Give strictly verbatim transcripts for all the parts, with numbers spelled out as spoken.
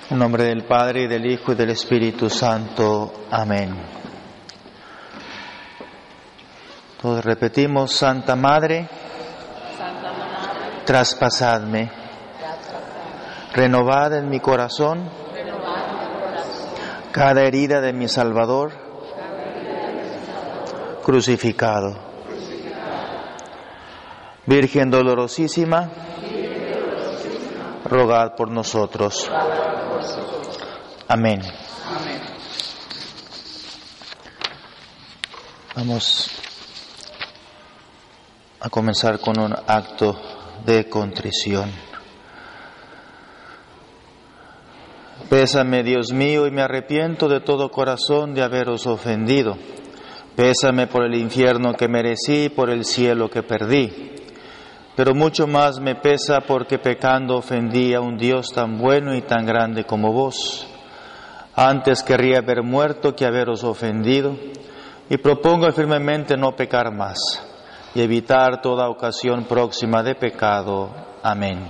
En nombre del Padre, y del Hijo, y del Espíritu Santo. Amén. Todos repetimos: Santa Madre, Santa Madre, traspasadme, renovad en mi corazón cada herida de mi Salvador crucificado. Virgen dolorosísima, rogad por nosotros. Amén. Vamos a comenzar con un acto de contrición. Pésame, Dios mío, y me arrepiento de todo corazón de haberos ofendido. Pésame por el infierno que merecí y por el cielo que perdí. Pero mucho más me pesa porque pecando ofendí a un Dios tan bueno y tan grande como vos. Antes querría haber muerto que haberos ofendido, y propongo firmemente no pecar más y evitar toda ocasión próxima de pecado. Amén.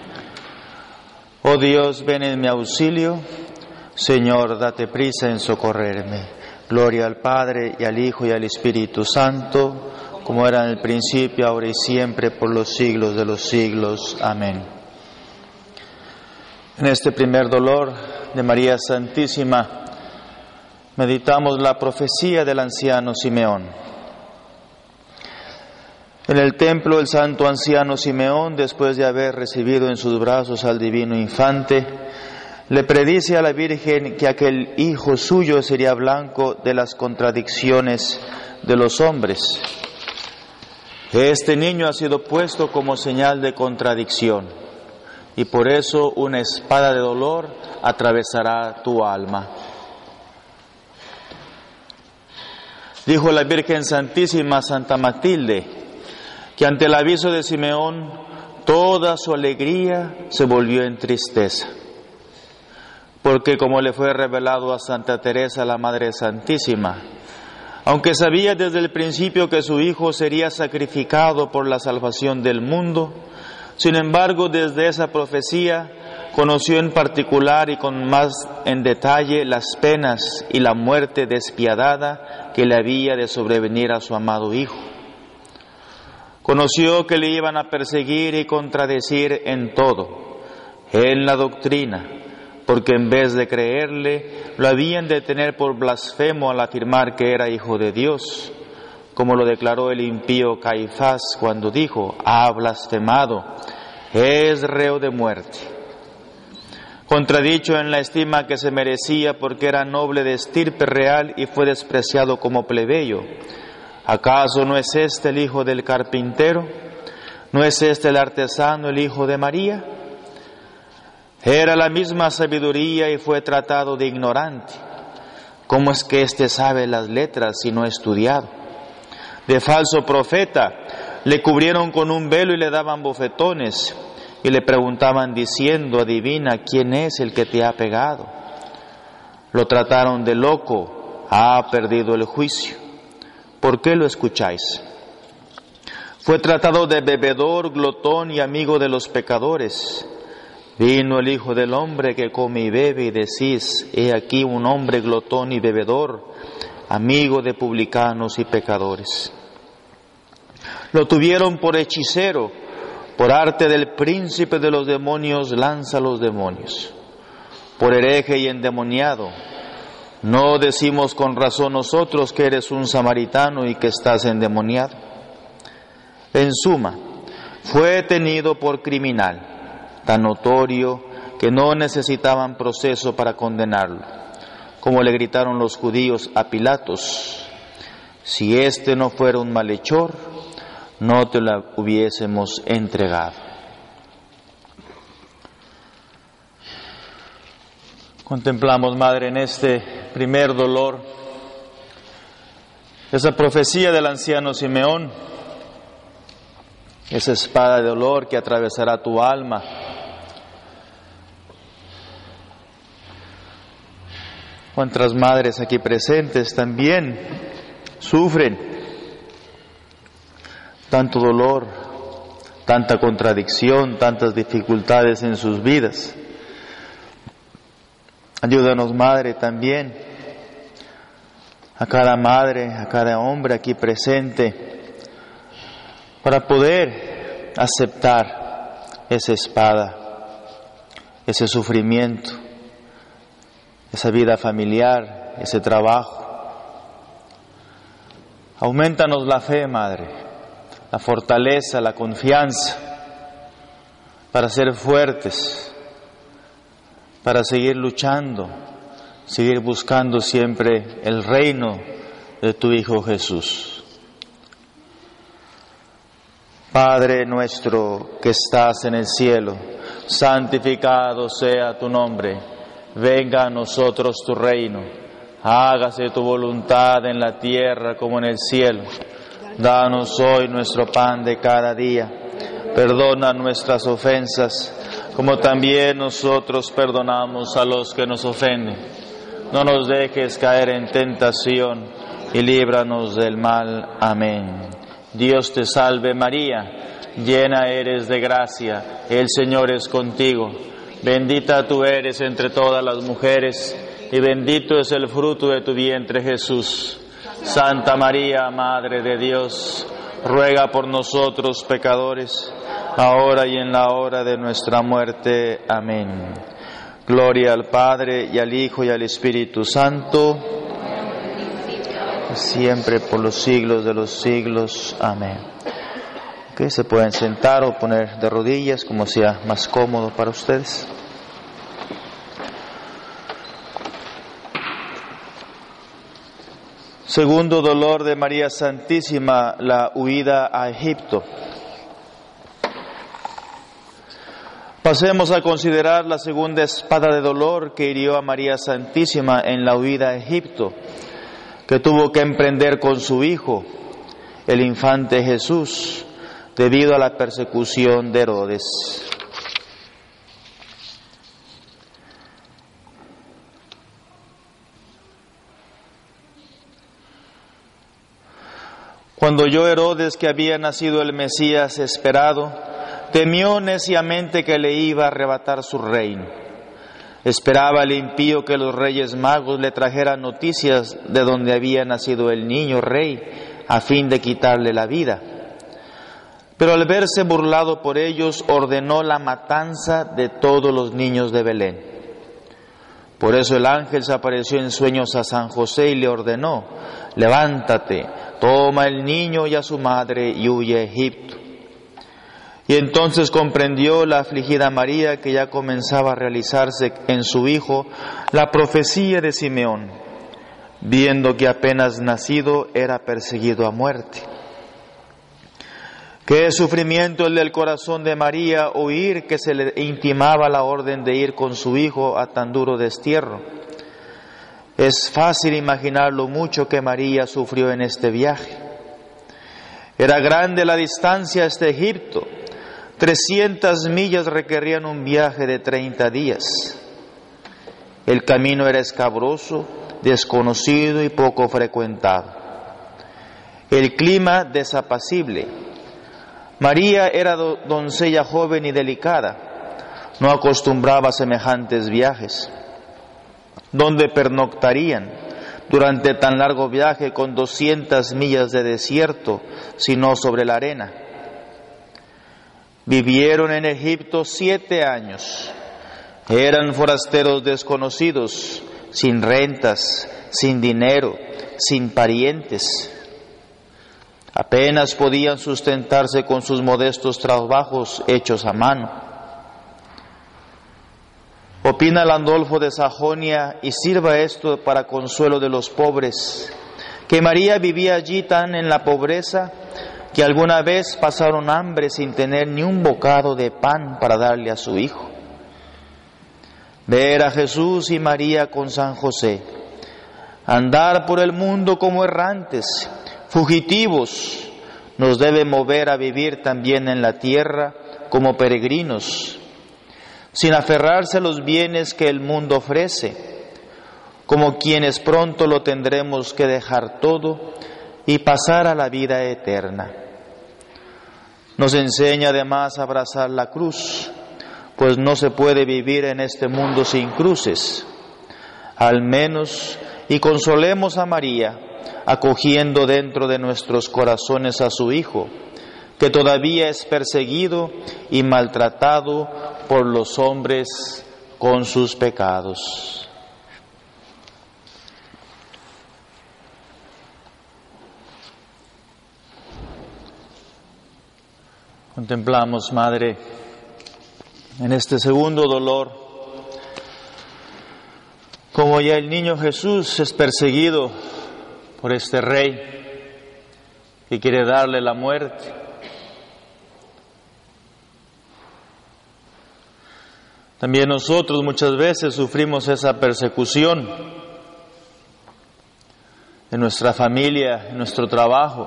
Oh Dios, ven en mi auxilio. Señor, date prisa en socorrerme. Gloria al Padre, y al Hijo, y al Espíritu Santo, como era en el principio, ahora y siempre, por los siglos de los siglos. Amén. En este primer dolor de María Santísima, meditamos la profecía del anciano Simeón. En el templo, el santo anciano Simeón, después de haber recibido en sus brazos al divino infante, le predice a la Virgen que aquel hijo suyo sería blanco de las contradicciones de los hombres. Este niño ha sido puesto como señal de contradicción, y por eso una espada de dolor atravesará tu alma. Dijo la Virgen Santísima Santa Matilde, que ante el aviso de Simeón, toda su alegría se volvió en tristeza, porque como le fue revelado a Santa Teresa, la Madre Santísima, aunque sabía desde el principio que su hijo sería sacrificado por la salvación del mundo, sin embargo, desde esa profecía conoció en particular y con más en detalle las penas y la muerte despiadada que le había de sobrevenir a su amado hijo. Conoció que le iban a perseguir y contradecir en todo, en la doctrina, porque en vez de creerle, lo habían de tener por blasfemo al afirmar que era hijo de Dios, como lo declaró el impío Caifás cuando dijo: ha blasfemado, es reo de muerte. Contradicho en la estima que se merecía porque era noble de estirpe real y fue despreciado como plebeyo. ¿Acaso no es este el hijo del carpintero? ¿No es este el artesano, el hijo de María? Era la misma sabiduría y fue tratado de ignorante. ¿Cómo es que éste sabe las letras si no ha estudiado? De falso profeta le cubrieron con un velo y le daban bofetones y le preguntaban diciendo: adivina quién es el que te ha pegado. Lo trataron de loco, ha perdido el juicio. ¿Por qué lo escucháis? Fue tratado de bebedor, glotón y amigo de los pecadores. Vino el Hijo del Hombre que come y bebe y decís: he aquí un hombre glotón y bebedor, amigo de publicanos y pecadores. Lo tuvieron por hechicero, por arte del príncipe de los demonios lanza los demonios, por hereje y endemoniado. ¿No decimos con razón nosotros que eres un samaritano y que estás endemoniado? En suma, fue tenido por criminal, tan notorio que no necesitaban proceso para condenarlo, como le gritaron los judíos a Pilatos: si este no fuera un malhechor, no te lo hubiésemos entregado. Contemplamos, Madre, en este primer dolor, esa profecía del anciano Simeón, esa espada de dolor que atravesará tu alma. ¿Cuántas madres aquí presentes también sufren tanto dolor, tanta contradicción, tantas dificultades en sus vidas? Ayúdanos, Madre, también a cada madre, a cada hombre aquí presente, para poder aceptar esa espada, ese sufrimiento, esa vida familiar, ese trabajo. Aumentanos la fe, Madre, la fortaleza, la confianza, para ser fuertes, para seguir luchando, seguir buscando siempre el reino de tu Hijo Jesús. Padre nuestro que estás en el cielo, santificado sea tu nombre. Venga a nosotros tu reino. Hágase tu voluntad en la tierra como en el cielo. Danos hoy nuestro pan de cada día. Perdona nuestras ofensas, como también nosotros perdonamos a los que nos ofenden. No nos dejes caer en tentación y líbranos del mal. Amén. Dios te salve María, llena eres de gracia, el Señor es contigo. Bendita tú eres entre todas las mujeres, y bendito es el fruto de tu vientre Jesús. Santa María, Madre de Dios, ruega por nosotros pecadores, ahora y en la hora de nuestra muerte. Amén. Gloria al Padre, y al Hijo, y al Espíritu Santo, siempre por los siglos de los siglos. Amén. Okay, se pueden sentar o poner de rodillas, como sea más cómodo para ustedes. Segundo dolor de María Santísima, la huida a Egipto. Pasemos a considerar la segunda espada de dolor que hirió a María Santísima en la huida a Egipto, que tuvo que emprender con su hijo, el infante Jesús, debido a la persecución de Herodes. Cuando oyó Herodes que había nacido el Mesías esperado, temió neciamente que le iba a arrebatar su reino. Esperaba el impío que los reyes magos le trajeran noticias de donde había nacido el niño rey, a fin de quitarle la vida. Pero al verse burlado por ellos, ordenó la matanza de todos los niños de Belén. Por eso el ángel se apareció en sueños a San José y le ordenó: levántate, toma el niño y a su madre y huye a Egipto. Y entonces comprendió la afligida María que ya comenzaba a realizarse en su hijo la profecía de Simeón, viendo que apenas nacido era perseguido a muerte. Qué sufrimiento el del corazón de María oír que se le intimaba la orden de ir con su hijo a tan duro destierro. Es fácil imaginar lo mucho que María sufrió en este viaje. Era grande la distancia hasta Egipto. trescientas millas requerían un viaje de treinta días. El camino era escabroso, desconocido y poco frecuentado. El clima desapacible. María era doncella joven y delicada. No acostumbraba a semejantes viajes. ¿Dónde pernoctarían durante tan largo viaje con doscientas millas de desierto, sino sobre la arena? Vivieron en Egipto siete años. Eran forasteros desconocidos, sin rentas, sin dinero, sin parientes. Apenas podían sustentarse con sus modestos trabajos hechos a mano. Opina Landolfo de Sajonia, y sirva esto para consuelo de los pobres, que María vivía allí tan en la pobreza que alguna vez pasaron hambre sin tener ni un bocado de pan para darle a su hijo. Ver a Jesús y María con San José, andar por el mundo como errantes, fugitivos, nos debe mover a vivir también en la tierra como peregrinos, sin aferrarse a los bienes que el mundo ofrece, como quienes pronto lo tendremos que dejar todo y pasar a la vida eterna. Nos enseña además a abrazar la cruz, pues no se puede vivir en este mundo sin cruces. al menos, y consolemos a María, acogiendo dentro de nuestros corazones a su Hijo, que todavía es perseguido y maltratado por los hombres con sus pecados. Contemplamos, Madre, en este segundo dolor, como ya el niño Jesús es perseguido por este rey que quiere darle la muerte. También nosotros muchas veces sufrimos esa persecución en nuestra familia, en nuestro trabajo.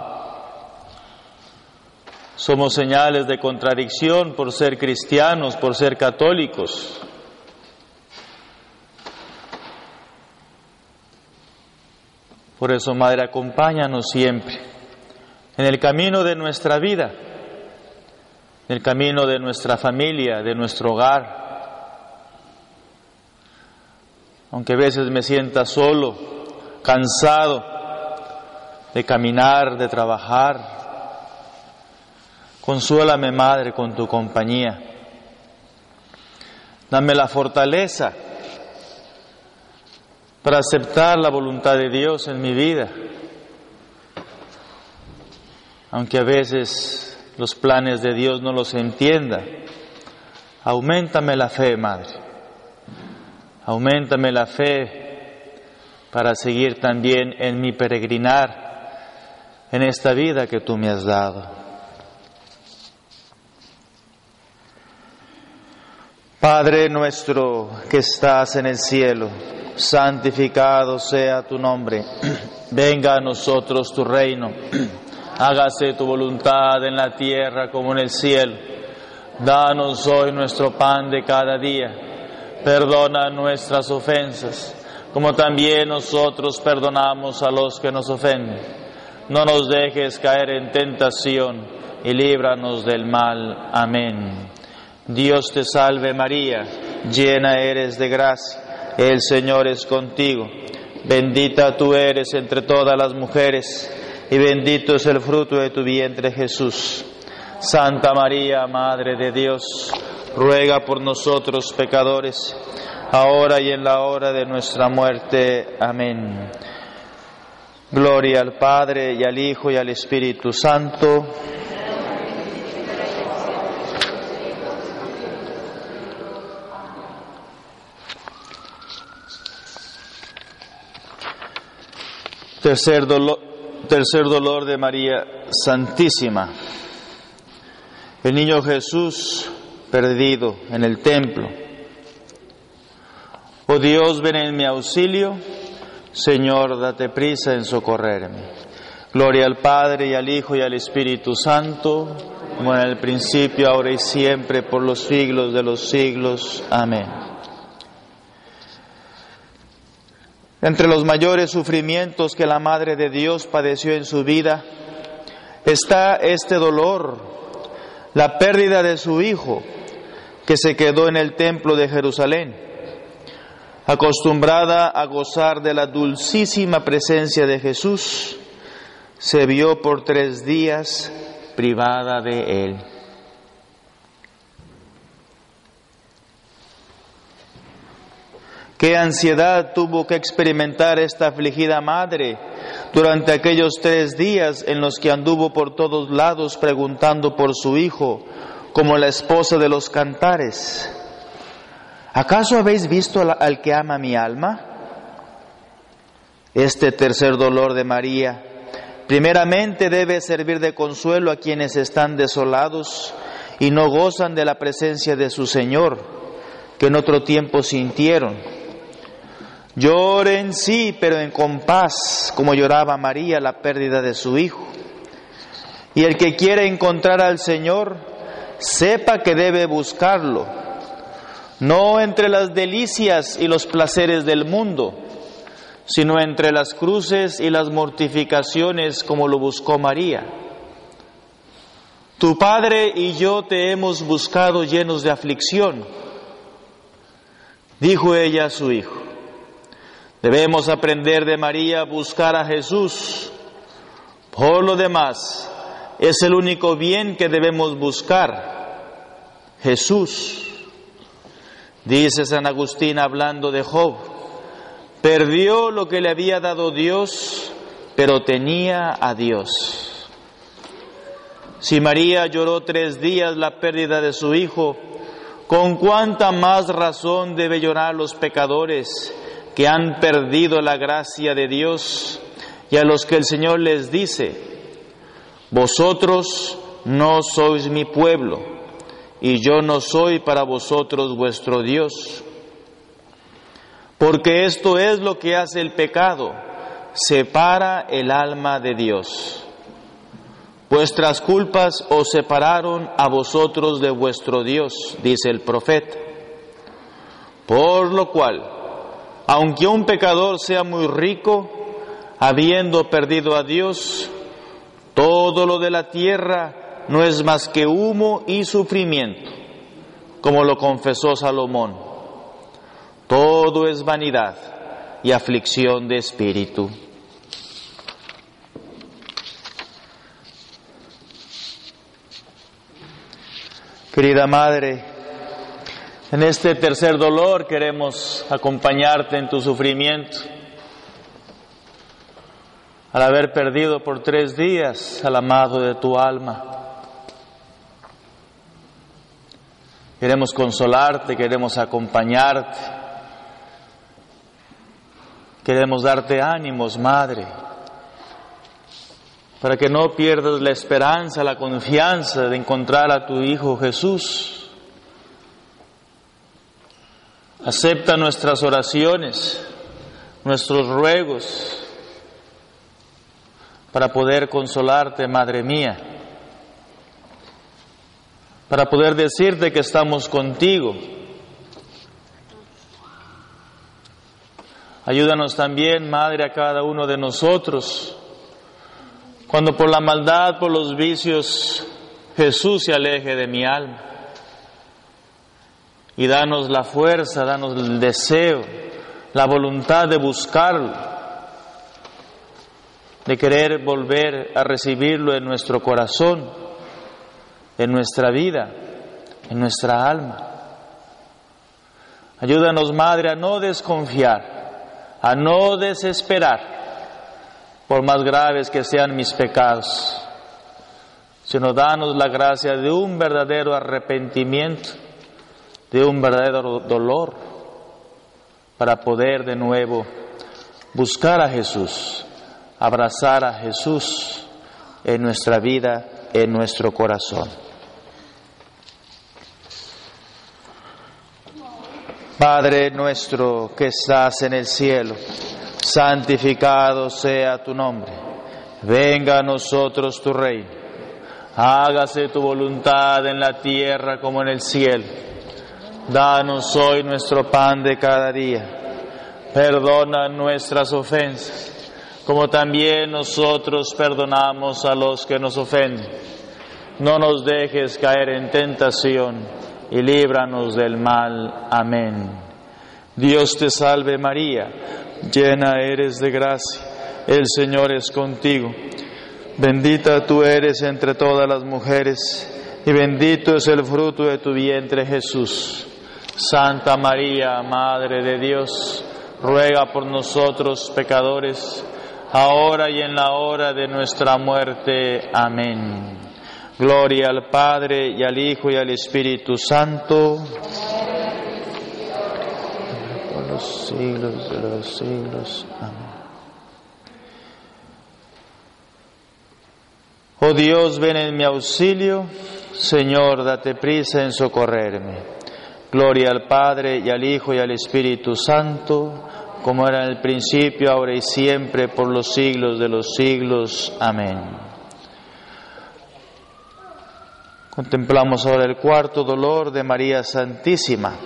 Somos señales de contradicción por ser cristianos, por ser católicos. Por eso, Madre, acompáñanos siempre en el camino de nuestra vida, en el camino de nuestra familia, de nuestro hogar. Aunque a veces me sienta solo, cansado de caminar, de trabajar, consuélame, Madre, con tu compañía. Dame la fortaleza para aceptar la voluntad de Dios en mi vida, aunque a veces los planes de Dios no los entienda. Auméntame la fe, Madre. Auméntame la fe para seguir también en mi peregrinar en esta vida que tú me has dado. Padre nuestro que estás en el cielo, santificado sea tu nombre. Venga a nosotros tu reino. Hágase tu voluntad en la tierra como en el cielo. Danos hoy nuestro pan de cada día. Perdona nuestras ofensas, como también nosotros perdonamos a los que nos ofenden. No nos dejes caer en tentación y líbranos del mal. Amén. Dios te salve María, llena eres de gracia, el Señor es contigo. Bendita tú eres entre todas las mujeres, y bendito es el fruto de tu vientre Jesús. Santa María, Madre de Dios, ruega por nosotros pecadores, ahora y en la hora de nuestra muerte. Amén. Gloria al Padre, y al Hijo, y al Espíritu Santo. Tercer dolor, tercer dolor de María Santísima. El niño Jesús perdido en el templo. Oh Dios, ven en mi auxilio. Señor, date prisa en socorrerme. Gloria al Padre, y al Hijo, y al Espíritu Santo, como en el principio, ahora y siempre, por los siglos de los siglos. Amén. Entre los mayores sufrimientos que la Madre de Dios padeció en su vida está este dolor, la pérdida de su Hijo, que se quedó en el templo de Jerusalén. Acostumbrada a gozar de la dulcísima presencia de Jesús, se vio por tres días privada de Él. Qué ansiedad tuvo que experimentar esta afligida madre durante aquellos tres días en los que anduvo por todos lados preguntando por su hijo, como la esposa de los cantares. ¿Acaso habéis visto al que ama mi alma? Este tercer dolor de María, primeramente debe servir de consuelo a quienes están desolados y no gozan de la presencia de su Señor, que en otro tiempo sintieron. Lloren, sí, pero en compás, como lloraba María la pérdida de su hijo. Y el que quiere encontrar al Señor, sepa que debe buscarlo, no entre las delicias y los placeres del mundo, sino entre las cruces y las mortificaciones, como lo buscó María. Tu Padre y yo te hemos buscado llenos de aflicción, dijo ella a su hijo. Debemos aprender de María a buscar a Jesús. Por lo demás, es el único bien que debemos buscar, Jesús. Dice San Agustín hablando de Job, perdió lo que le había dado Dios, pero tenía a Dios. Si María lloró tres días la pérdida de su hijo, ¿con cuánta más razón debe llorar los pecadores que han perdido la gracia de Dios y a los que el Señor les dice: vosotros no sois mi pueblo, y yo no soy para vosotros vuestro Dios? Porque esto es lo que hace el pecado, separa el alma de Dios. Vuestras culpas os separaron a vosotros de vuestro Dios, dice el profeta. Por lo cual, aunque un pecador sea muy rico, habiendo perdido a Dios, todo lo de la tierra no es más que humo y sufrimiento, como lo confesó Salomón. Todo es vanidad y aflicción de espíritu. Querida Madre, en este tercer dolor queremos acompañarte en tu sufrimiento. Al haber perdido por tres días al amado de tu alma, queremos consolarte, queremos acompañarte, queremos darte ánimos, Madre, para que no pierdas la esperanza, la confianza de encontrar a tu Hijo Jesús. Acepta nuestras oraciones, nuestros ruegos, para poder consolarte, Madre mía, para poder decirte que estamos contigo. Ayúdanos también, Madre, a cada uno de nosotros, cuando por la maldad, por los vicios, Jesús se aleje de mi alma. Y danos la fuerza, danos el deseo, la voluntad de buscarlo, de querer volver a recibirlo en nuestro corazón, en nuestra vida, en nuestra alma. Ayúdanos, Madre, a no desconfiar, a no desesperar, por más graves que sean mis pecados, sino danos la gracia de un verdadero arrepentimiento, de un verdadero dolor, para poder de nuevo buscar a Jesús, abrazar a Jesús en nuestra vida, en nuestro corazón. Padre nuestro que estás en el cielo, santificado sea tu nombre. Venga a nosotros tu reino. Hágase tu voluntad en la tierra como en el cielo. Danos hoy nuestro pan de cada día. Perdona nuestras ofensas, como también nosotros perdonamos a los que nos ofenden. No nos dejes caer en tentación y líbranos del mal. Amén. Dios te salve María, llena eres de gracia, el Señor es contigo. Bendita tú eres entre todas las mujeres, y bendito es el fruto de tu vientre Jesús. Santa María, Madre de Dios, ruega por nosotros pecadores, ahora y en la hora de nuestra muerte. Amén. Gloria al Padre, y al Hijo, y al Espíritu Santo, por los siglos de los siglos. Amén. Oh Dios, ven en mi auxilio. Señor, date prisa en socorrerme. Gloria al Padre, y al Hijo, y al Espíritu Santo, como era en el principio, ahora y siempre, por los siglos de los siglos. Amén. Contemplamos ahora el cuarto dolor de María Santísima.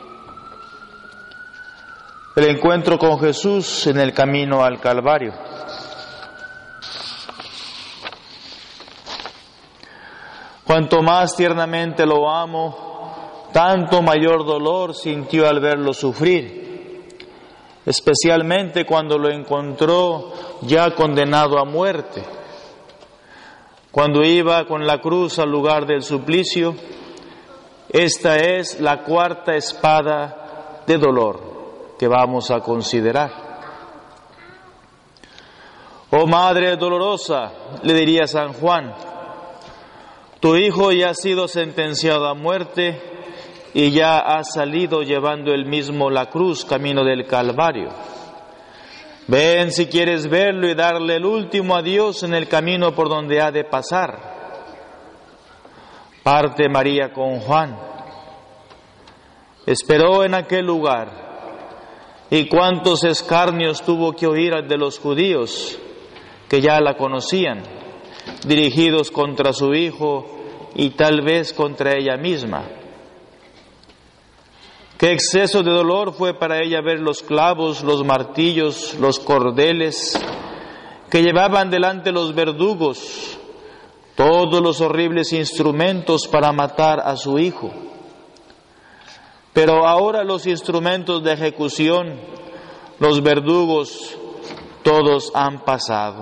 El encuentro con Jesús en el camino al Calvario. Cuanto más tiernamente lo amo, tanto mayor dolor sintió al verlo sufrir. especialmente cuando lo encontró ya condenado a muerte. Cuando iba con la cruz al lugar del suplicio, esta es la cuarta espada de dolor que vamos a considerar. Oh Madre dolorosa, le diría San Juan, tu hijo ya ha sido sentenciado a muerte y ya ha salido llevando él mismo la cruz camino del Calvario. Ven si quieres verlo y darle el último adiós en el camino por donde ha de pasar. Parte María con Juan. Esperó en aquel lugar, y cuántos escarnios tuvo que oír de los judíos que ya la conocían, dirigidos contra su hijo y tal vez contra ella misma. Qué exceso de dolor fue para ella ver los clavos, los martillos, los cordeles que llevaban delante los verdugos, todos los horribles instrumentos para matar a su hijo. Pero ahora los instrumentos de ejecución, los verdugos, todos han pasado.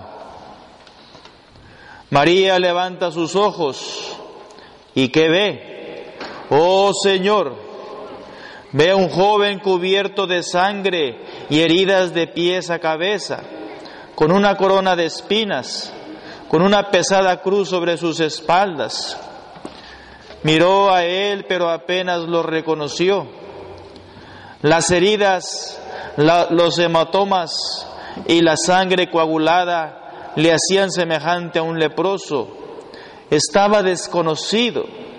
María levanta sus ojos y ¿qué ve? ¡Oh Señor! Ve a un joven cubierto de sangre y heridas de pies a cabeza, con una corona de espinas, con una pesada cruz sobre sus espaldas. Miró a él, pero apenas lo reconoció. Las heridas, la, los hematomas y la sangre coagulada le hacían semejante a un leproso. Estaba desconocido.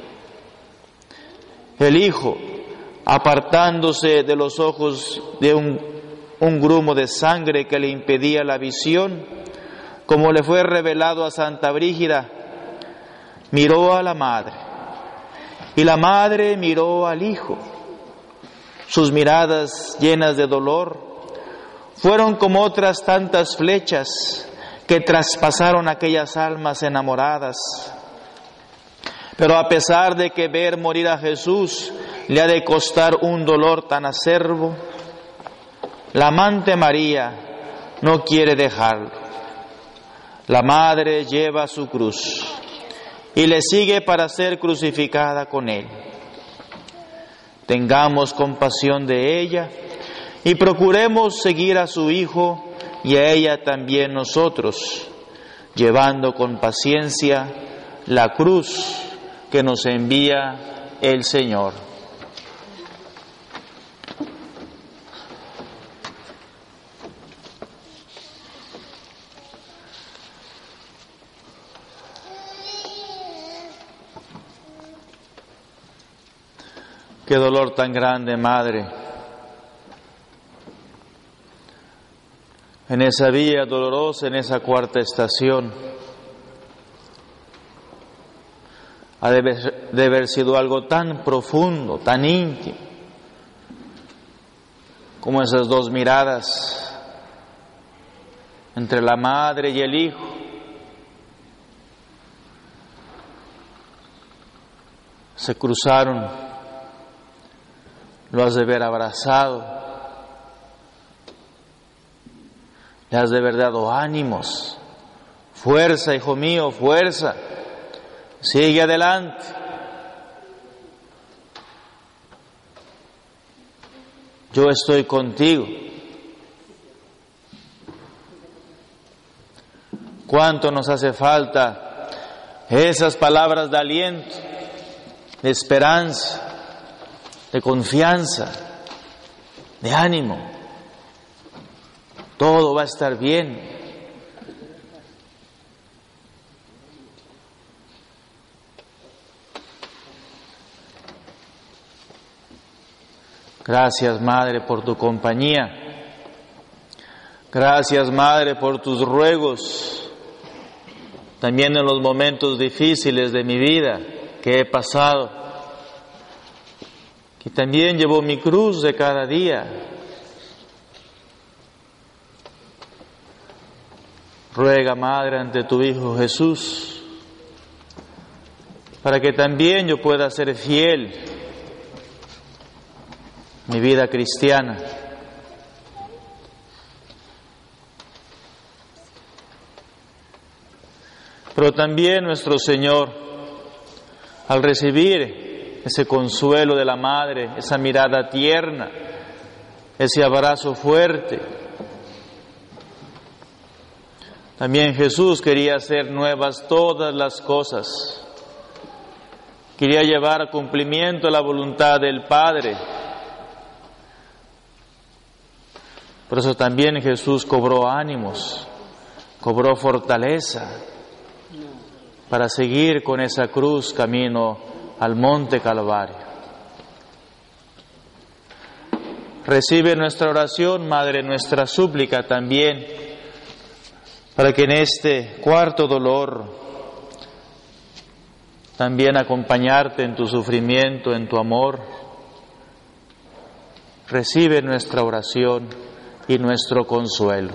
El hijo, apartándose de los ojos de un, un grumo de sangre que le impedía la visión, como le fue revelado a Santa Brígida, miró a la madre, y la madre miró al hijo. Sus miradas llenas de dolor fueron como otras tantas flechas que traspasaron aquellas almas enamoradas. Pero a pesar de que ver morir a Jesús le ha de costar un dolor tan acerbo, la amante María no quiere dejarlo. La madre lleva su cruz y le sigue para ser crucificada con él. Tengamos compasión de ella y procuremos seguir a su hijo y a ella también nosotros, llevando con paciencia la cruz que nos envía el Señor. Qué dolor tan grande, Madre. En esa vía dolorosa, en esa cuarta estación, ha de haber, de haber sido algo tan profundo, tan íntimo, como esas dos miradas entre la madre y el hijo. Se cruzaron. Lo has de ver abrazado, le has de haber dado ánimos, fuerza, hijo mío, fuerza, sigue adelante. Yo estoy contigo. ¿Cuánto nos hace falta esas palabras de aliento, de esperanza, de confianza, de ánimo? Todo va a estar bien. Gracias, Madre, por tu compañía. Gracias, Madre, por tus ruegos. También en los momentos difíciles de mi vida que he pasado. Y también llevo mi cruz de cada día. Ruega, Madre, ante tu Hijo Jesús, para que también yo pueda ser fiel en mi vida cristiana, Pero también nuestro Señor, al recibir ese consuelo de la Madre, esa mirada tierna, ese abrazo fuerte, también Jesús quería hacer nuevas todas las cosas. Quería llevar a cumplimiento la voluntad del Padre. Por eso también Jesús cobró ánimos, cobró fortaleza para seguir con esa cruz camino al Monte Calvario. Recibe nuestra oración, Madre, nuestra súplica también, para que en este cuarto dolor también acompañarte en tu sufrimiento, en tu amor. Recibe nuestra oración y nuestro consuelo.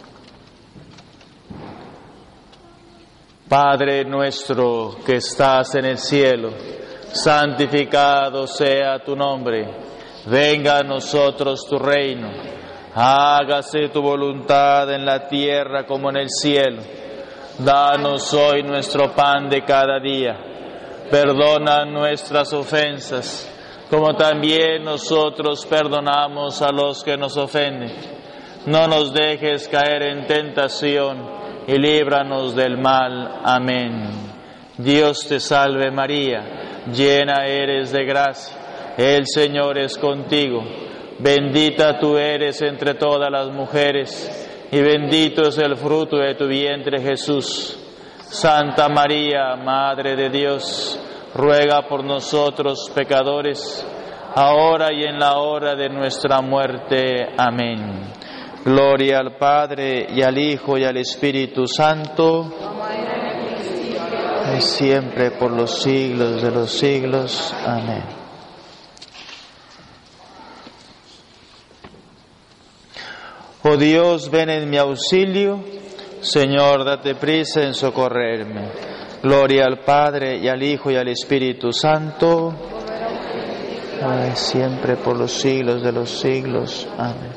Padre nuestro que estás en el cielo, santificado sea tu nombre. Venga a nosotros tu reino. Hágase tu voluntad en la tierra como en el cielo. Danos hoy nuestro pan de cada día. Perdona nuestras ofensas, como también nosotros perdonamos a los que nos ofenden. No nos dejes caer en tentación y líbranos del mal. Amén. Dios te salve María, llena eres de gracia, el Señor es contigo. Bendita tú eres entre todas las mujeres, y bendito es el fruto de tu vientre Jesús. Santa María, Madre de Dios, ruega por nosotros pecadores, ahora y en la hora de nuestra muerte. Amén. Gloria al Padre, y al Hijo, y al Espíritu Santo, y siempre por los siglos de los siglos. Amén. Oh Dios, ven en mi auxilio. Señor, date prisa en socorrerme. Gloria al Padre, y al Hijo, y al Espíritu Santo, ahora y siempre por los siglos de los siglos. Amén.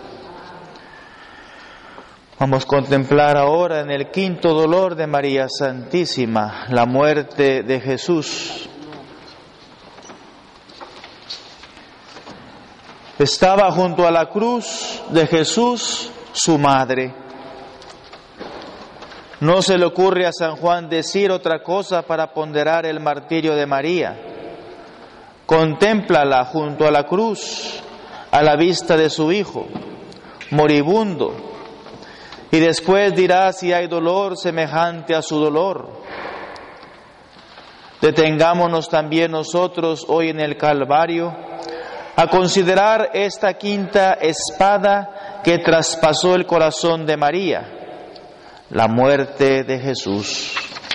Vamos a contemplar ahora en el quinto dolor de María Santísima, la muerte de Jesús. Estaba junto a la cruz de Jesús su madre. No se le ocurre a San Juan decir otra cosa para ponderar el martirio de María. Contémplala junto a la cruz, a la vista de su Hijo, moribundo, y después dirá si hay dolor semejante a su dolor. Detengámonos también nosotros hoy en el Calvario a considerar esta quinta espada que traspasó el corazón de María, la muerte de Jesús.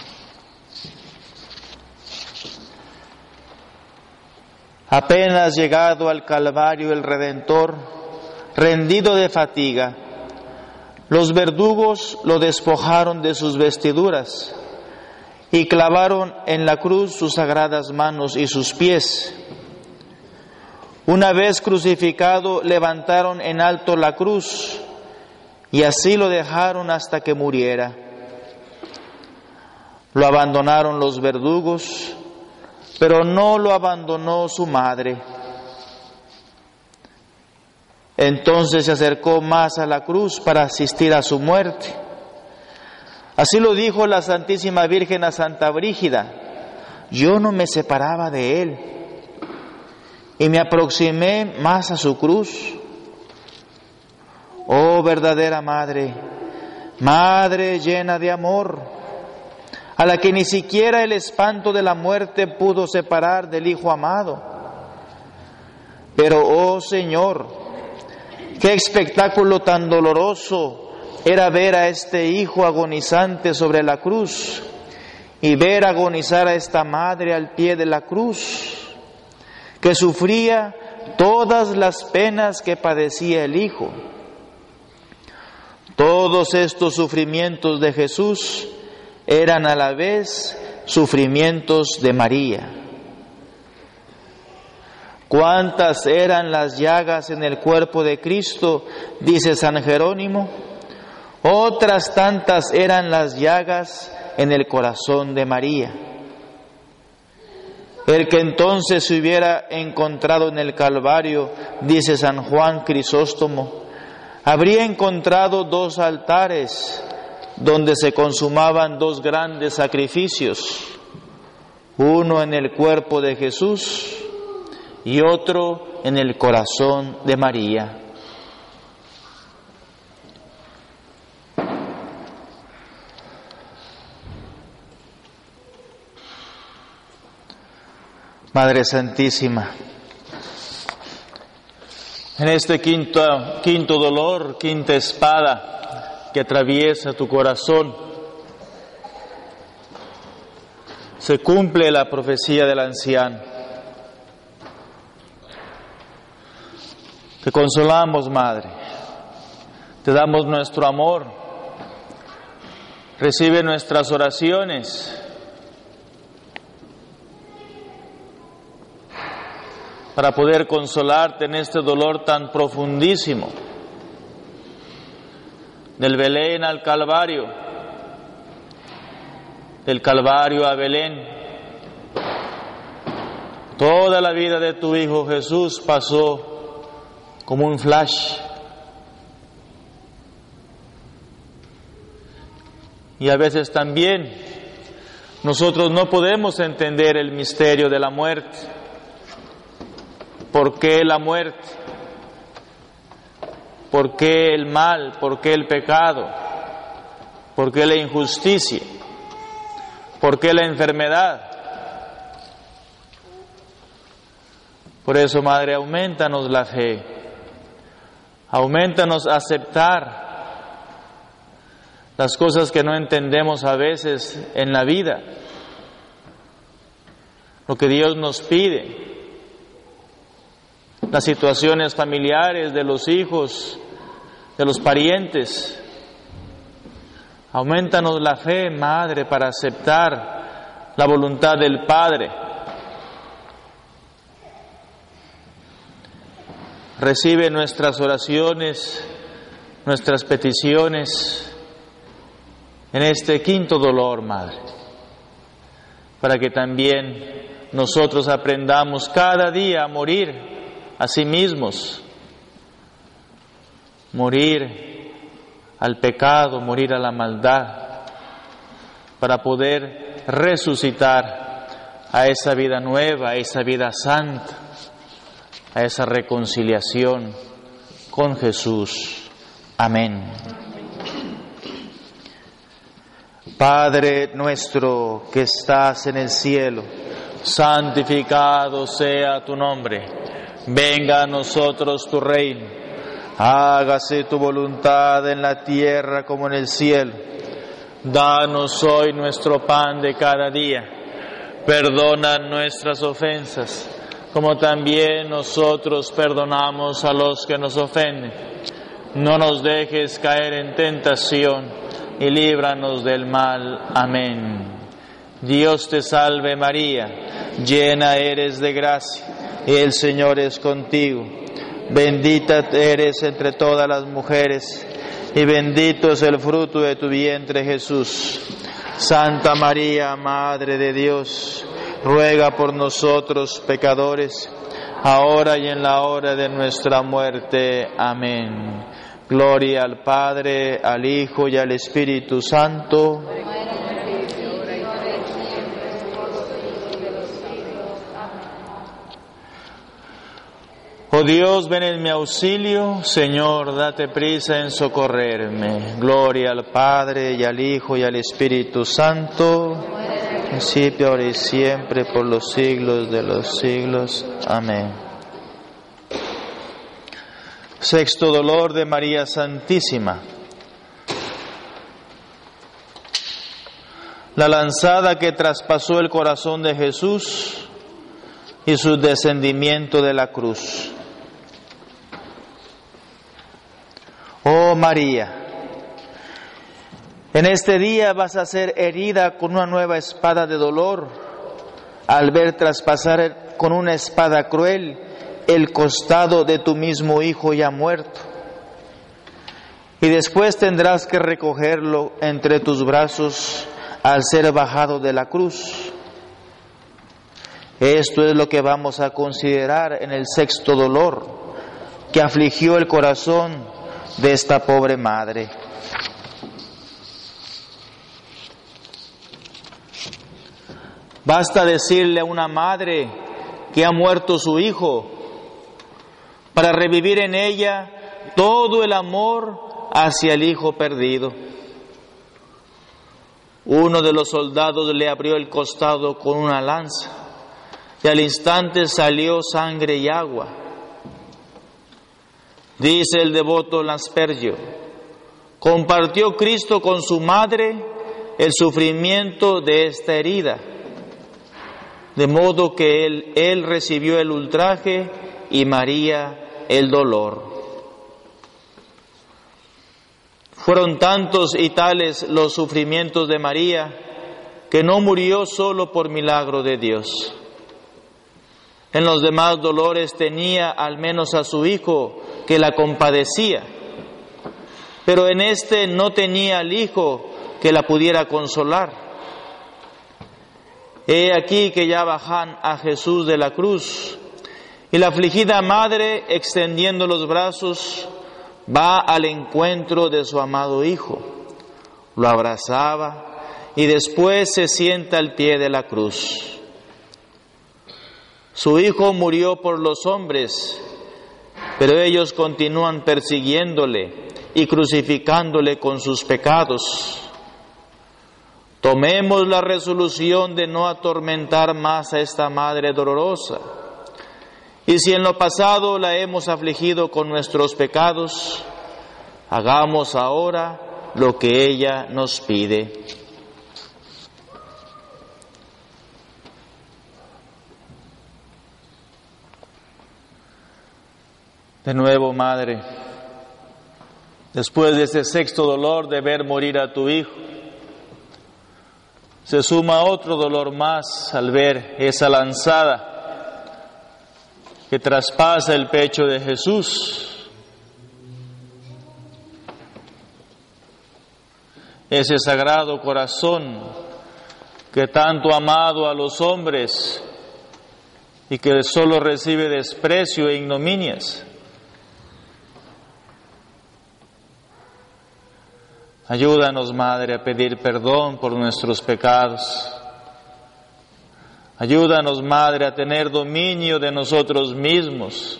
Apenas llegado al Calvario el Redentor, rendido de fatiga, los verdugos lo despojaron de sus vestiduras y clavaron en la cruz sus sagradas manos y sus pies. Una vez crucificado, levantaron en alto la cruz y así lo dejaron hasta que muriera. Lo abandonaron los verdugos, pero no lo abandonó su madre. Entonces se acercó más a la cruz para asistir a su muerte. Así lo dijo la Santísima Virgen a Santa Brígida: yo no me separaba de él y me aproximé más a su cruz. Oh verdadera Madre, Madre llena de amor, a la que ni siquiera el espanto de la muerte pudo separar del Hijo amado. Pero, oh Señor, qué espectáculo tan doloroso era ver a este Hijo agonizante sobre la cruz y ver agonizar a esta Madre al pie de la cruz, que sufría todas las penas que padecía el Hijo. Todos estos sufrimientos de Jesús eran a la vez sufrimientos de María. ¿Cuántas eran las llagas en el cuerpo de Cristo?, dice San Jerónimo. Otras tantas eran las llagas en el corazón de María. El que entonces se hubiera encontrado en el Calvario, dice San Juan Crisóstomo, habría encontrado dos altares donde se consumaban dos grandes sacrificios, uno en el cuerpo de Jesús y otro en el corazón de María. Madre Santísima, en este quinto, quinto dolor, quinta espada que atraviesa tu corazón, se cumple la profecía del anciano. Te consolamos, Madre, te damos nuestro amor, recibe nuestras oraciones, para poder consolarte en este dolor tan profundísimo, del Belén al Calvario, del Calvario a Belén. Toda la vida de tu Hijo Jesús pasó como un flash. Y a veces también nosotros no podemos entender el misterio de la muerte. ¿Por qué la muerte? ¿Por qué el mal? ¿Por qué el pecado? ¿Por qué la injusticia? ¿Por qué la enfermedad? Por eso, Madre, aumentanos la fe, aumentanos a aceptar las cosas que no entendemos a veces en la vida, lo que Dios nos pide, las situaciones familiares de los hijos, de los parientes. Aumentanos la fe, Madre, para aceptar la voluntad del Padre. Recibe nuestras oraciones, nuestras peticiones en este quinto dolor, Madre, para que también nosotros aprendamos cada día a morir a sí mismos, morir al pecado, morir a la maldad, para poder resucitar a esa vida nueva, a esa vida santa, a esa reconciliación con Jesús. Amén. Padre nuestro que estás en el cielo, santificado sea tu nombre. Venga a nosotros tu reino, hágase tu voluntad en la tierra como en el cielo. Danos hoy nuestro pan de cada día, perdona nuestras ofensas, como también nosotros perdonamos a los que nos ofenden. No nos dejes caer en tentación y líbranos del mal. Amén. Dios te salve María, llena eres de gracia, el Señor es contigo, bendita eres entre todas las mujeres, y bendito es el fruto de tu vientre Jesús. Santa María, Madre de Dios, ruega por nosotros pecadores, ahora y en la hora de nuestra muerte. Amén. Gloria al Padre, al Hijo y al Espíritu Santo. Oh Dios, ven en mi auxilio, Señor, date prisa en socorrerme. Gloria al Padre, y al Hijo, y al Espíritu Santo, principio, ahora y siempre, por los siglos de los siglos. Amén. Sexto dolor de María Santísima. La lanzada que traspasó el corazón de Jesús y su descendimiento de la cruz. Oh María, en este día vas a ser herida con una nueva espada de dolor, al ver traspasar con una espada cruel el costado de tu mismo Hijo ya muerto. Y después tendrás que recogerlo entre tus brazos al ser bajado de la cruz. Esto es lo que vamos a considerar en el sexto dolor que afligió el corazón de esta pobre madre. Basta decirle a una madre que ha muerto su hijo para revivir en ella todo el amor hacia el hijo perdido. Uno de los soldados le abrió el costado con una lanza y al instante salió sangre y agua. Dice el devoto Laspergio: compartió Cristo con su madre el sufrimiento de esta herida, de modo que él, él recibió el ultraje y María el dolor. Fueron tantos y tales los sufrimientos de María que no murió solo por milagro de Dios. En los demás dolores tenía al menos a su hijo que la compadecía, pero en este no tenía al hijo que la pudiera consolar. He aquí que ya bajan a Jesús de la cruz y la afligida madre, extendiendo los brazos, va al encuentro de su amado hijo, lo abrazaba y después se sienta al pie de la cruz. Su hijo murió por los hombres, pero ellos continúan persiguiéndole y crucificándole con sus pecados. Tomemos la resolución de no atormentar más a esta madre dolorosa. Y si en lo pasado la hemos afligido con nuestros pecados, hagamos ahora lo que ella nos pide. De nuevo, madre, después de ese sexto dolor de ver morir a tu hijo, se suma otro dolor más al ver esa lanzada que traspasa el pecho de Jesús. Ese sagrado corazón que tanto ha amado a los hombres y que solo recibe desprecio e ignominias. Ayúdanos, Madre, a pedir perdón por nuestros pecados. Ayúdanos, Madre, a tener dominio de nosotros mismos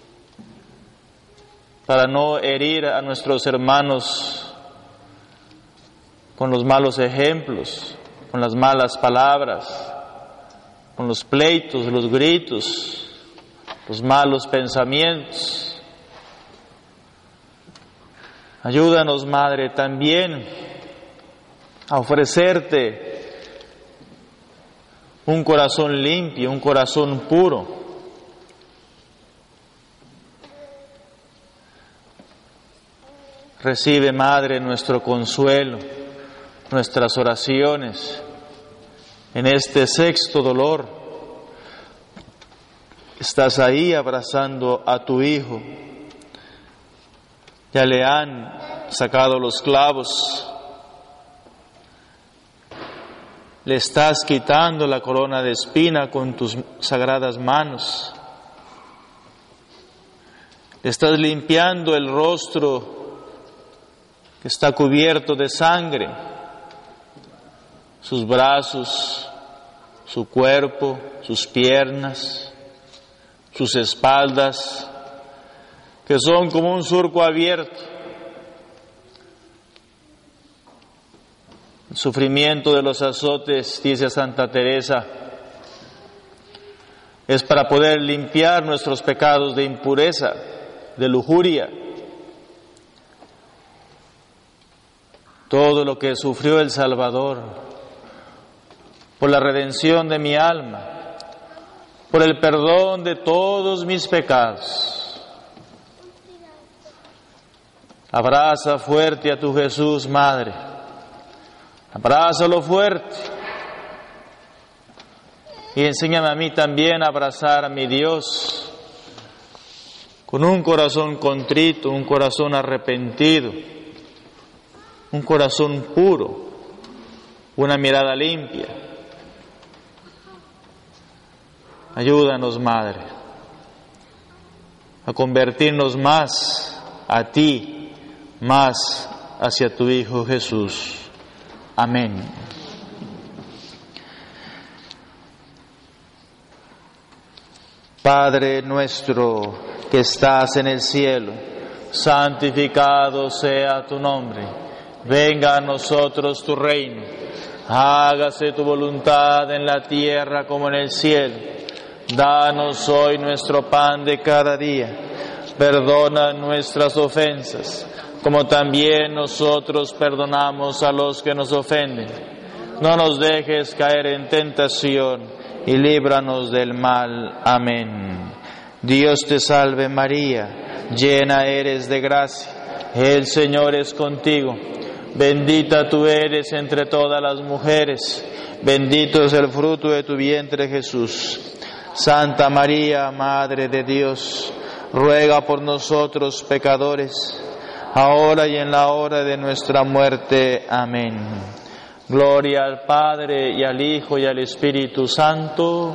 para no herir a nuestros hermanos con los malos ejemplos, con las malas palabras, con los pleitos, los gritos, los malos pensamientos. Ayúdanos, Madre, también a ofrecerte un corazón limpio, un corazón puro. Recibe, Madre, nuestro consuelo, nuestras oraciones en este sexto dolor. Estás ahí abrazando a tu hijo. Ya le han sacado los clavos. Le estás quitando la corona de espina con tus sagradas manos. Le estás limpiando el rostro que está cubierto de sangre, sus brazos, su cuerpo, sus piernas, sus espaldas, que son como un surco abierto. El sufrimiento de los azotes, dice Santa Teresa, es para poder limpiar nuestros pecados de impureza, de lujuria. Todo lo que sufrió el Salvador por la redención de mi alma, por el perdón de todos mis pecados. Abraza fuerte a tu Jesús, Madre. Abrázalo fuerte. Y enséñame a mí también a abrazar a mi Dios con un corazón contrito, un corazón arrepentido, un corazón puro, una mirada limpia. Ayúdanos, Madre, a convertirnos más a ti, más hacia tu Hijo Jesús. Amén. Padre nuestro que estás en el cielo, santificado sea tu nombre. Venga a nosotros tu reino. Hágase tu voluntad en la tierra como en el cielo. Danos hoy nuestro pan de cada día. Perdona nuestras ofensas, como también nosotros perdonamos a los que nos ofenden. No nos dejes caer en tentación y líbranos del mal. Amén. Dios te salve María, llena eres de gracia, el Señor es contigo. Bendita tú eres entre todas las mujeres, bendito es el fruto de tu vientre Jesús. Santa María, Madre de Dios, ruega por nosotros pecadores, ahora y en la hora de nuestra muerte. Amén. Gloria al Padre, y al Hijo, y al Espíritu Santo.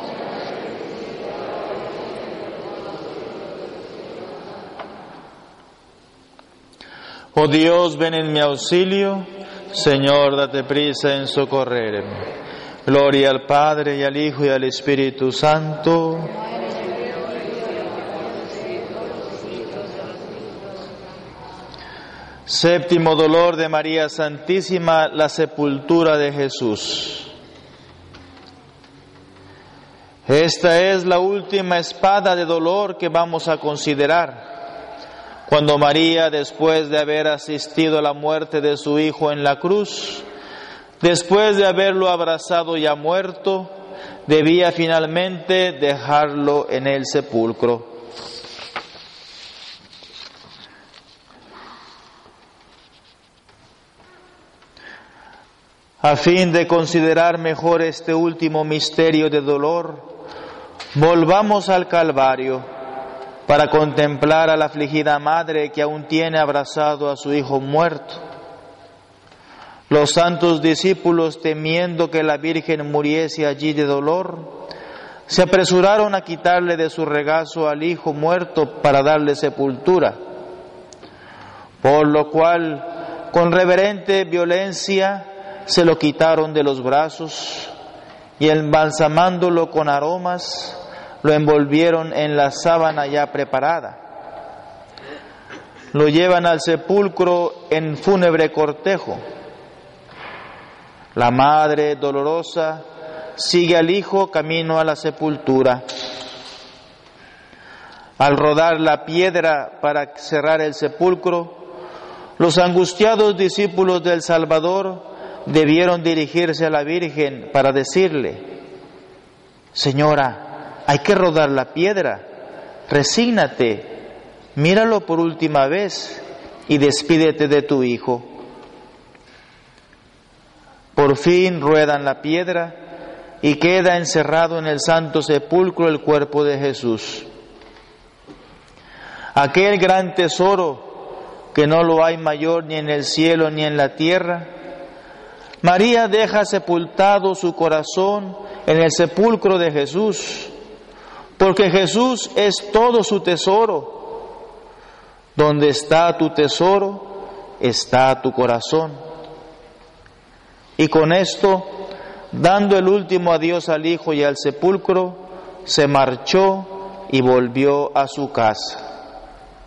Oh Dios, ven en mi auxilio. Señor, date prisa en socorrerme. Gloria al Padre, y al Hijo, y al Espíritu Santo. Séptimo dolor de María Santísima, la sepultura de Jesús. Esta es la última espada de dolor que vamos a considerar. Cuando María, después de haber asistido a la muerte de su Hijo en la cruz, después de haberlo abrazado ya muerto, debía finalmente dejarlo en el sepulcro. A fin de considerar mejor este último misterio de dolor, volvamos al Calvario para contemplar a la afligida madre que aún tiene abrazado a su hijo muerto. Los santos discípulos, temiendo que la Virgen muriese allí de dolor, se apresuraron a quitarle de su regazo al hijo muerto para darle sepultura, por lo cual, con reverente violencia, se lo quitaron de los brazos y embalsamándolo con aromas, lo envolvieron en la sábana ya preparada. Lo llevan al sepulcro en fúnebre cortejo. La madre dolorosa sigue al hijo camino a la sepultura. Al rodar la piedra para cerrar el sepulcro, los angustiados discípulos del Salvador debieron dirigirse a la Virgen para decirle: Señora, hay que rodar la piedra, resígnate, míralo por última vez y despídete de tu hijo. Por fin ruedan la piedra y queda encerrado en el santo sepulcro el cuerpo de Jesús. Aquel gran tesoro que no lo hay mayor ni en el cielo ni en la tierra, María deja sepultado su corazón en el sepulcro de Jesús, porque Jesús es todo su tesoro. Donde está tu tesoro, está tu corazón. Y con esto, dando el último adiós al Hijo y al sepulcro, se marchó y volvió a su casa.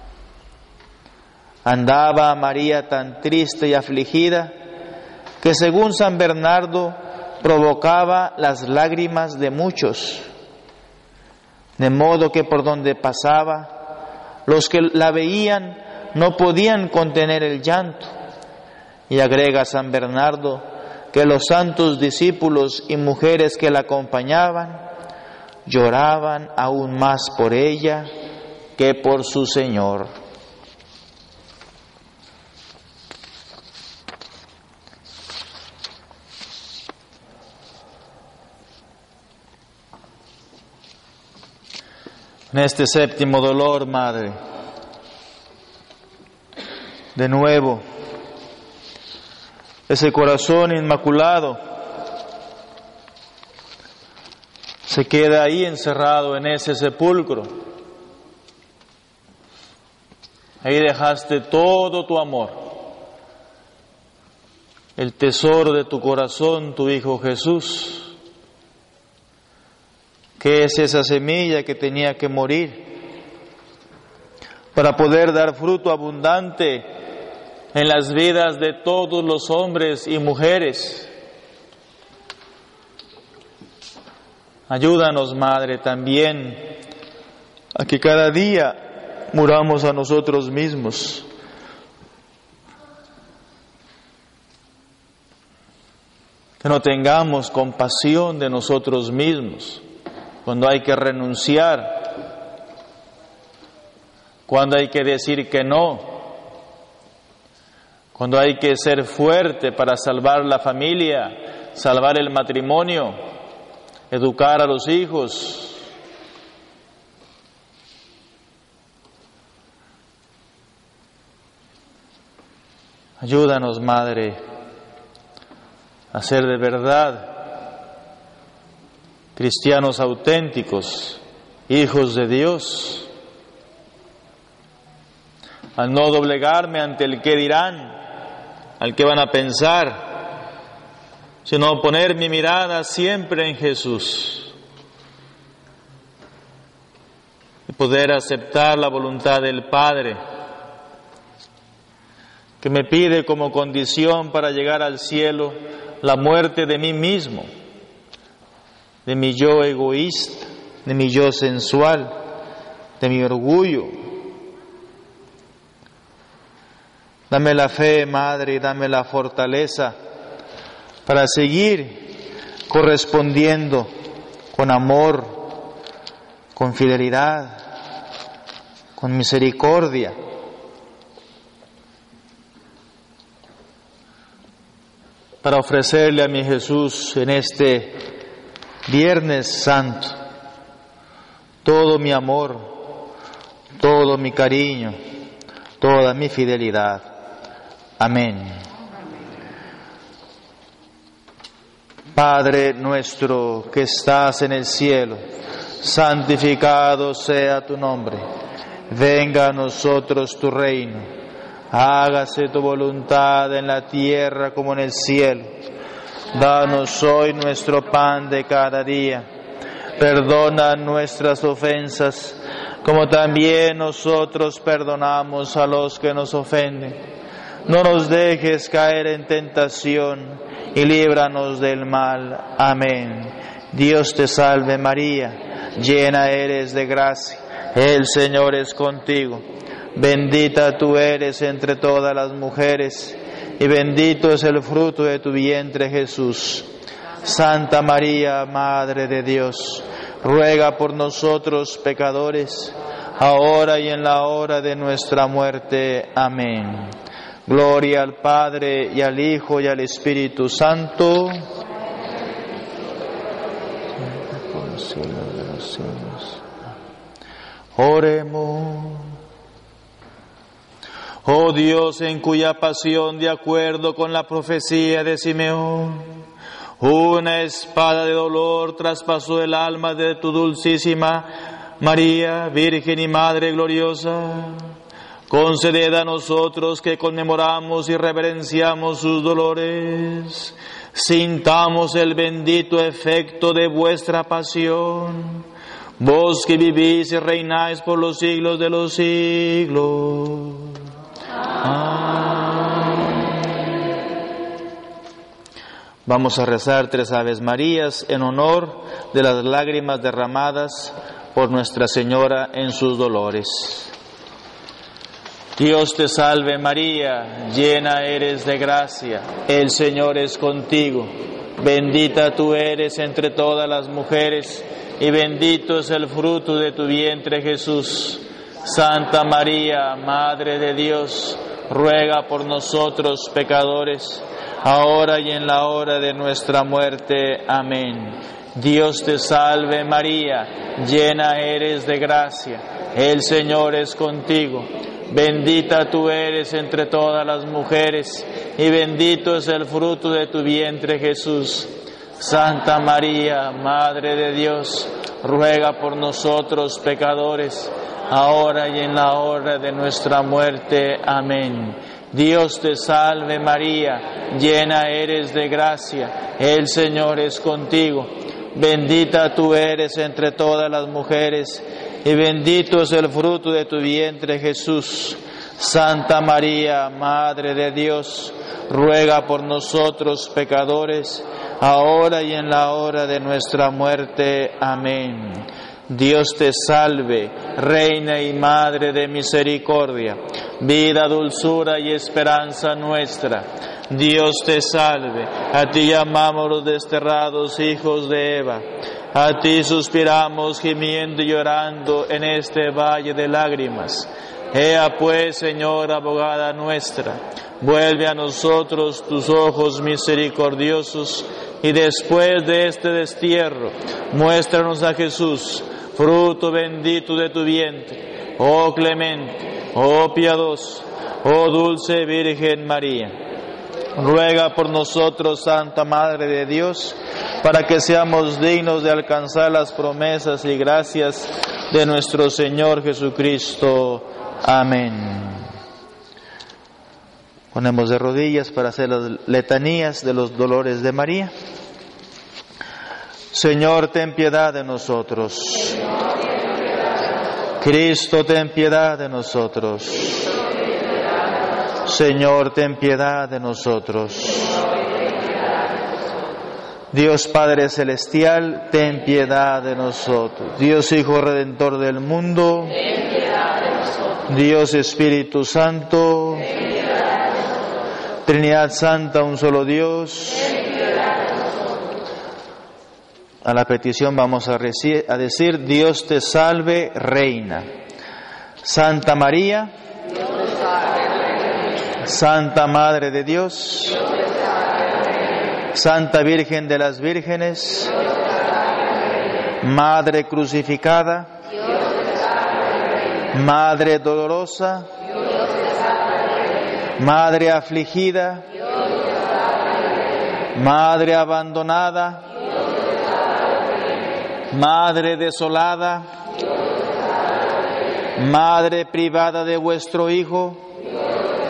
Andaba María tan triste y afligida que, según San Bernardo, provocaba las lágrimas de muchos, de modo que por donde pasaba, los que la veían no podían contener el llanto. Y agrega San Bernardo que los santos discípulos y mujeres que la acompañaban lloraban aún más por ella que por su Señor. En este séptimo dolor, Madre, de nuevo, ese corazón inmaculado se queda ahí encerrado en ese sepulcro. Ahí dejaste todo tu amor, el tesoro de tu corazón, tu Hijo Jesús, que es esa semilla que tenía que morir para poder dar fruto abundante en las vidas de todos los hombres y mujeres. Ayúdanos, Madre, también a que cada día muramos a nosotros mismos. Que no tengamos compasión de nosotros mismos cuando hay que renunciar, cuando hay que decir que no, cuando hay que ser fuerte para salvar la familia, salvar el matrimonio, educar a los hijos. Ayúdanos, Madre, a ser de verdad cristianos auténticos, hijos de Dios, al no doblegarme ante el que dirán, al que van a pensar, sino poner mi mirada siempre en Jesús y poder aceptar la voluntad del Padre, que me pide como condición para llegar al cielo la muerte de mí mismo, de mi yo egoísta, de mi yo sensual, de mi orgullo. Dame la fe, Madre, y dame la fortaleza para seguir correspondiendo con amor, con fidelidad, con misericordia, para ofrecerle a mi Jesús en este Viernes Santo todo mi amor, todo mi cariño, toda mi fidelidad. Amén. Padre nuestro que estás en el cielo, santificado sea tu nombre. Venga a nosotros tu reino. Hágase tu voluntad en la tierra como en el cielo. Danos hoy nuestro pan de cada día. Perdona nuestras ofensas, como también nosotros perdonamos a los que nos ofenden. No nos dejes caer en tentación y líbranos del mal. Amén. Dios te salve María, llena eres de gracia, el Señor es contigo. Bendita tú eres entre todas las mujeres, y bendito es el fruto de tu vientre Jesús. Santa María, Madre de Dios, ruega por nosotros pecadores, ahora y en la hora de nuestra muerte. Amén. Gloria al Padre, y al Hijo, y al Espíritu Santo. Oremos. Oh Dios, en cuya pasión, de acuerdo con la profecía de Simeón, una espada de dolor traspasó el alma de tu dulcísima María, Virgen y Madre gloriosa, conceded a nosotros que conmemoramos y reverenciamos sus dolores, sintamos el bendito efecto de vuestra pasión, vos que vivís y reináis por los siglos de los siglos. Vamos a rezar tres Aves Marías en honor de las lágrimas derramadas por Nuestra Señora en sus dolores. Dios te salve María, llena eres de gracia, el Señor es contigo. Bendita tú eres entre todas las mujeres, y bendito es el fruto de tu vientre Jesús. Santa María, Madre de Dios, ruega por nosotros pecadores, ahora y en la hora de nuestra muerte. Amén. Dios te salve María, llena eres de gracia, el Señor es contigo. Bendita tú eres entre todas las mujeres, y bendito es el fruto de tu vientre, Jesús. Santa María, Madre de Dios, ruega por nosotros pecadores, ahora y en la hora de nuestra muerte. Amén. Dios te salve María, llena eres de gracia, el Señor es contigo. Bendita tú eres entre todas las mujeres, y bendito es el fruto de tu vientre, Jesús. Santa María, Madre de Dios, ruega por nosotros pecadores, ahora y en la hora de nuestra muerte. Amén. Dios te salve, Reina y Madre de misericordia, vida, dulzura y esperanza nuestra. Dios te salve, a ti llamamos los desterrados hijos de Eva, a ti suspiramos gimiendo y llorando en este valle de lágrimas. Ea pues, Señora, abogada nuestra, vuelve a nosotros tus ojos misericordiosos, y después de este destierro, muéstranos a Jesús, fruto bendito de tu vientre. Oh clemente, oh piadoso, oh dulce Virgen María, ruega por nosotros, Santa Madre de Dios, para que seamos dignos de alcanzar las promesas y gracias de nuestro Señor Jesucristo. Amén. Ponemos de rodillas para hacer las letanías de los dolores de María. Señor, ten piedad de nosotros. Cristo, ten piedad de nosotros. Señor, ten piedad de nosotros. Dios Padre Celestial, ten piedad de nosotros. Dios Hijo Redentor del mundo, ten piedad de nosotros. Dios Espíritu Santo, ten piedad de nosotros. Trinidad Santa, un solo Dios, ten piedad de nosotros. A la petición vamos a, reci- a decir: Dios te salve, Reina. Santa María, Dios te salve, Reina. Santa Madre de Dios, Dios te salve, Reina. Santa Virgen de las Vírgenes, Dios te salve, Reina. Madre crucificada, Dios te salve, Reina. Madre dolorosa, Dios te salve, Reina. Madre afligida, Dios te salve, Reina. Madre abandonada, Dios te salve, Reina. Madre desolada, Dios te salve, Reina. Madre privada de vuestro Hijo, Dios te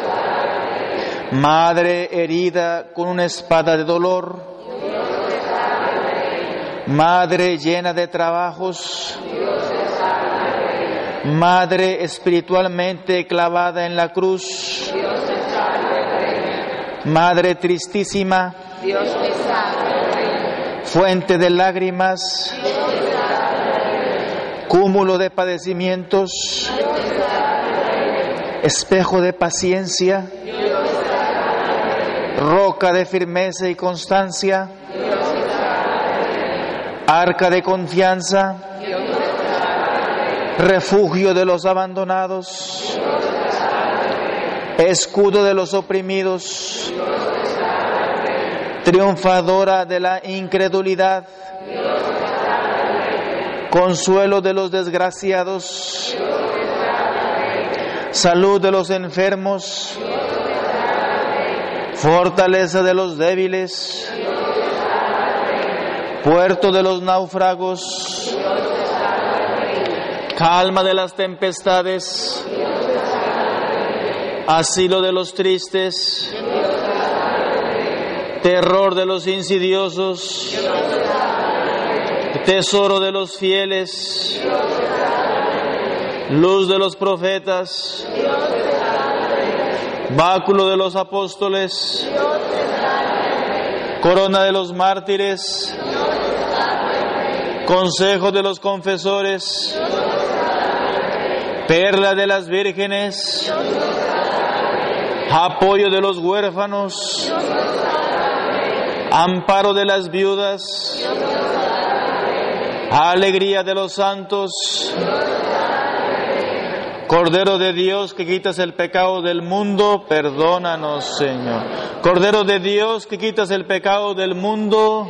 salve, Reina. Madre herida con una espada de dolor, Dios te salve, Reina. Madre llena de trabajos, Dios te salve, Reina. Madre espiritualmente clavada en la cruz, Dios te salve, Reina. Madre tristísima, Dios te salve, Reina. Fuente de lágrimas, Dios te salve, Reina. Cúmulo de padecimientos, Dios te salve, Reina. Espejo de paciencia, Dios te salve, Reina. Roca de firmeza y constancia, Dios te salve, Reina. Arca de confianza, Dios te salve, Reina. Refugio de los abandonados, Dios te salve, Reina. Escudo de los oprimidos, Dios te salve, Reina. Triunfadora de la incredulidad, Dios te salve, Reina. Consuelo de los desgraciados, Dios te salve, Reina. Salud de los enfermos, Dios te salve, Reina. Fortaleza de los débiles, Dios te salve, Reina. Puerto de los náufragos, Dios te salve, Reina. Calma de las tempestades, Dios te salve, Reina. Asilo de los tristes, Dios te salve, Reina. Terror de los insidiosos, Dios te salve, Reina. Tesoro de los fieles, Dios te salve, Reina. Luz de los profetas, Dios te salve, Reina. Báculo de los apóstoles, Dios te salve, Reina. Corona de los mártires, Dios te salve, Reina. Consejo de los confesores, Dios te salve, Reina. Perla de las vírgenes, Dios te salve, Reina. Apoyo de los huérfanos, Dios te salve, Reina. Amparo de las viudas, Dios te salve, Reina. Alegría de los santos, Dios te salve, Reina. Cordero de Dios que quitas el pecado del mundo, perdónanos, Señor. Cordero de Dios que quitas el pecado del mundo,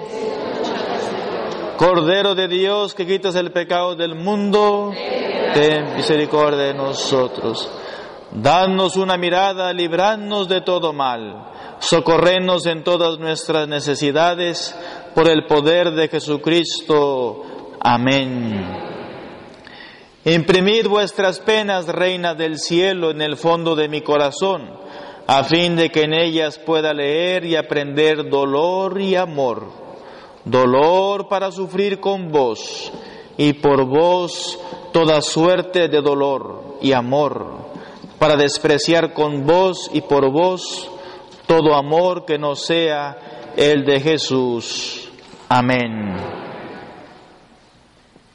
Cordero de Dios que quitas el pecado del mundo, ten misericordia de nosotros. Danos una mirada, libradnos de todo mal, socorrenos en todas nuestras necesidades, por el poder de Jesucristo. Amén. Imprimid vuestras penas, Reina del Cielo, en el fondo de mi corazón, a fin de que en ellas pueda leer y aprender dolor y amor. Dolor para sufrir con vos, y por vos toda suerte de dolor y amor, para despreciar con vos y por vos todo amor que no sea el de Jesús. Amén.